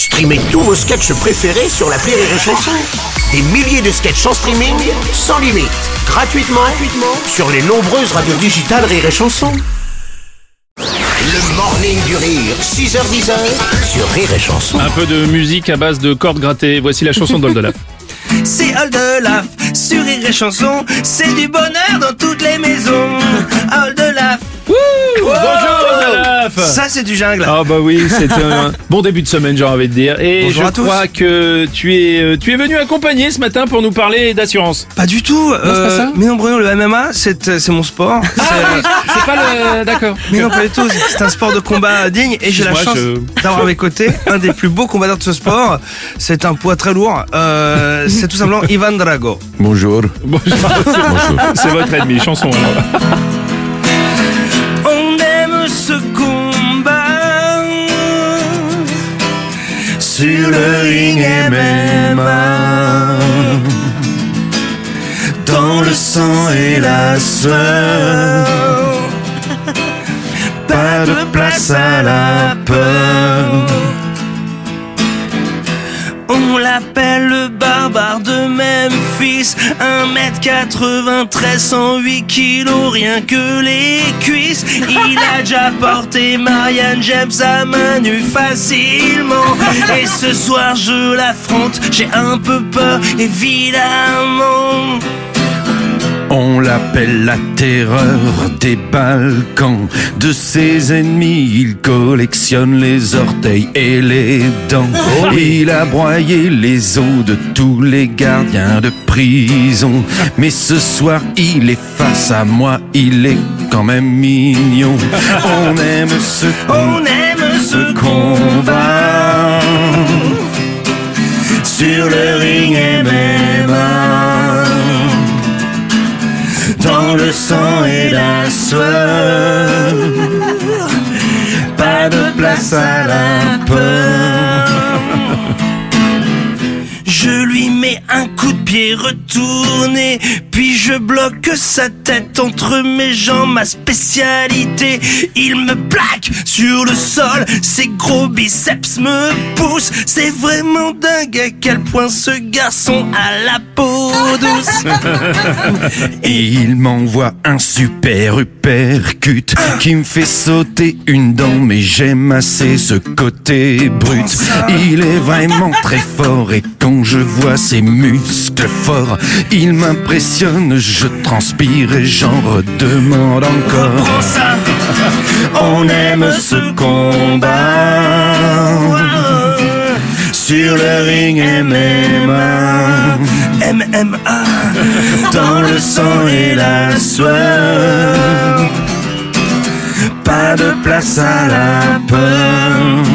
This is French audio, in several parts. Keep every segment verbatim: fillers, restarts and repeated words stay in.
Streamez tous vos sketchs préférés sur l'appli Rire et Chanson. Des milliers de sketchs en streaming, sans limite, gratuitement, gratuitement sur les nombreuses radios digitales Rire et Chanson. Le morning du rire, six heures dix sur Rire et Chanson. Un peu de musique à base de cordes grattées. Voici la chanson d'Oldelaf. C'est Oldelaf sur Rire et Chanson. C'est du bonheur dans toutes les maisons. Oldelaf. Wouh, bonjour Oldelaf. Ça c'est du jungle. Ah bah oui, c'est un bon début de semaine, j'ai envie de dire. Et Bonjour je à tous. crois que tu es, tu es venu accompagner ce matin pour nous parler d'assurance. Pas du tout. c'est pas ça mais non Bruno, le M M A c'est, c'est mon sport. Ah, C'est- c'est pas le... D'accord. Mais non, pas du tout. C'est un sport de combat digne et j'ai la Excuse-moi, chance je- d'avoir à mes côtés un des plus beaux combattants de ce sport. C'est un poids très lourd. Euh, c'est tout simplement Ivan Drago. Bonjour. Bonjour. C'est votre ennemi, chanson. alors. On aime ce combat sur le ring M M A. Dans le sang et la sueur, pas de place à la peur. On l'appelle le barbare de Memphis, un mètre quatre-vingt-treize, cent huit kilos, rien que les cuisses. Il a déjà porté Marianne James à main nue facilement. Et ce soir je l'affronte, j'ai un peu peur évidemment. On l'appelle la terreur des Balkans. De ses ennemis, il collectionne les orteils et les dents. Il a broyé les os de tous les gardiens de prison. Mais ce soir, il est face à moi, il est quand même mignon. On aime ce On aime ce combat sur le ring M M A. Dans le sang et la sueur, pas de place à la peur. Je lui mets un coup de pied retourné, puis je bloque sa tête entre mes jambes, ma spécialité. Il me plaque sur le sol, ses gros biceps me poussent. C'est vraiment dingue à quel point ce garçon a la peau douce. Il m'envoie un super uppercut qui me fait sauter une dent, mais j'aime assez ce côté brut. Il est vraiment très fort et quand je vois ses muscles forts, il m'impressionne, je transpire et j'en redemande encore. Prends ça, On aime ce combat sur le ring M M A. M M A. Dans le sang et la sueur, pas de place à la peur.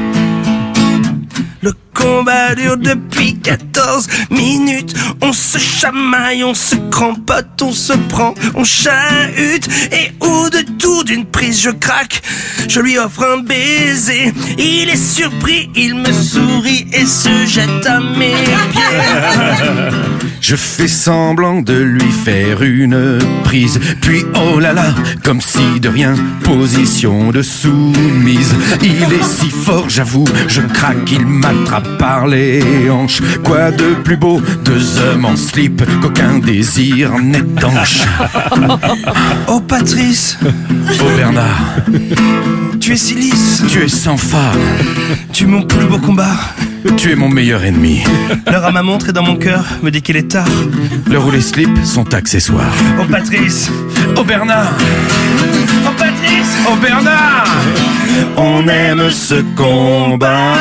Le combat dure depuis quatorze minutes. On se chamaille, on se crampote, on se prend, on chahute. Et au détour d'une prise, je craque. Je lui offre un baiser. Il est surpris, il me sourit et se jette à mes pieds. Je fais semblant de lui faire une prise, puis oh là là, comme si de rien, position de soumise. Il est si fort, j'avoue, je craque, il m'attrape par les hanches. Quoi de plus beau, deux hommes en slip, qu'aucun désir n'étanche. Oh Patrice, Oh Bernard, tu es si lisse. tu es sans phare, Tu es mon plus beau combat. tu es mon meilleur ennemi. L'heure à ma montre et dans mon cœur me dit qu'il est tard. L'heure où les slips sont accessoires. Oh Patrice, Oh Bernard, oh Patrice, oh Bernard, on aime ce combat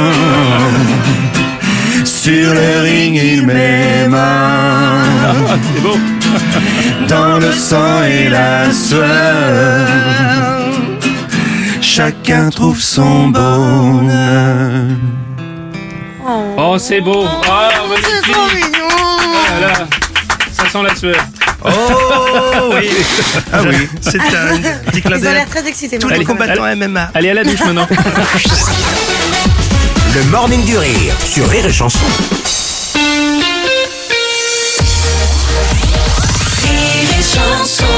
sur le ring M M A. C'est beau. Dans le sang et la sueur, chacun trouve son bonheur. Oh, c'est beau. Ah, magnifique. trop mignon. Ah là, ça sent la sueur. oh oui. Ah oui, c'est un petit clin Ils ont d'œil. l'air très excités. Tous moi. les Allez, combattants allez. M M A. Allez à la douche maintenant. Le morning du rire sur Rire et Chanson. Rire et Chanson.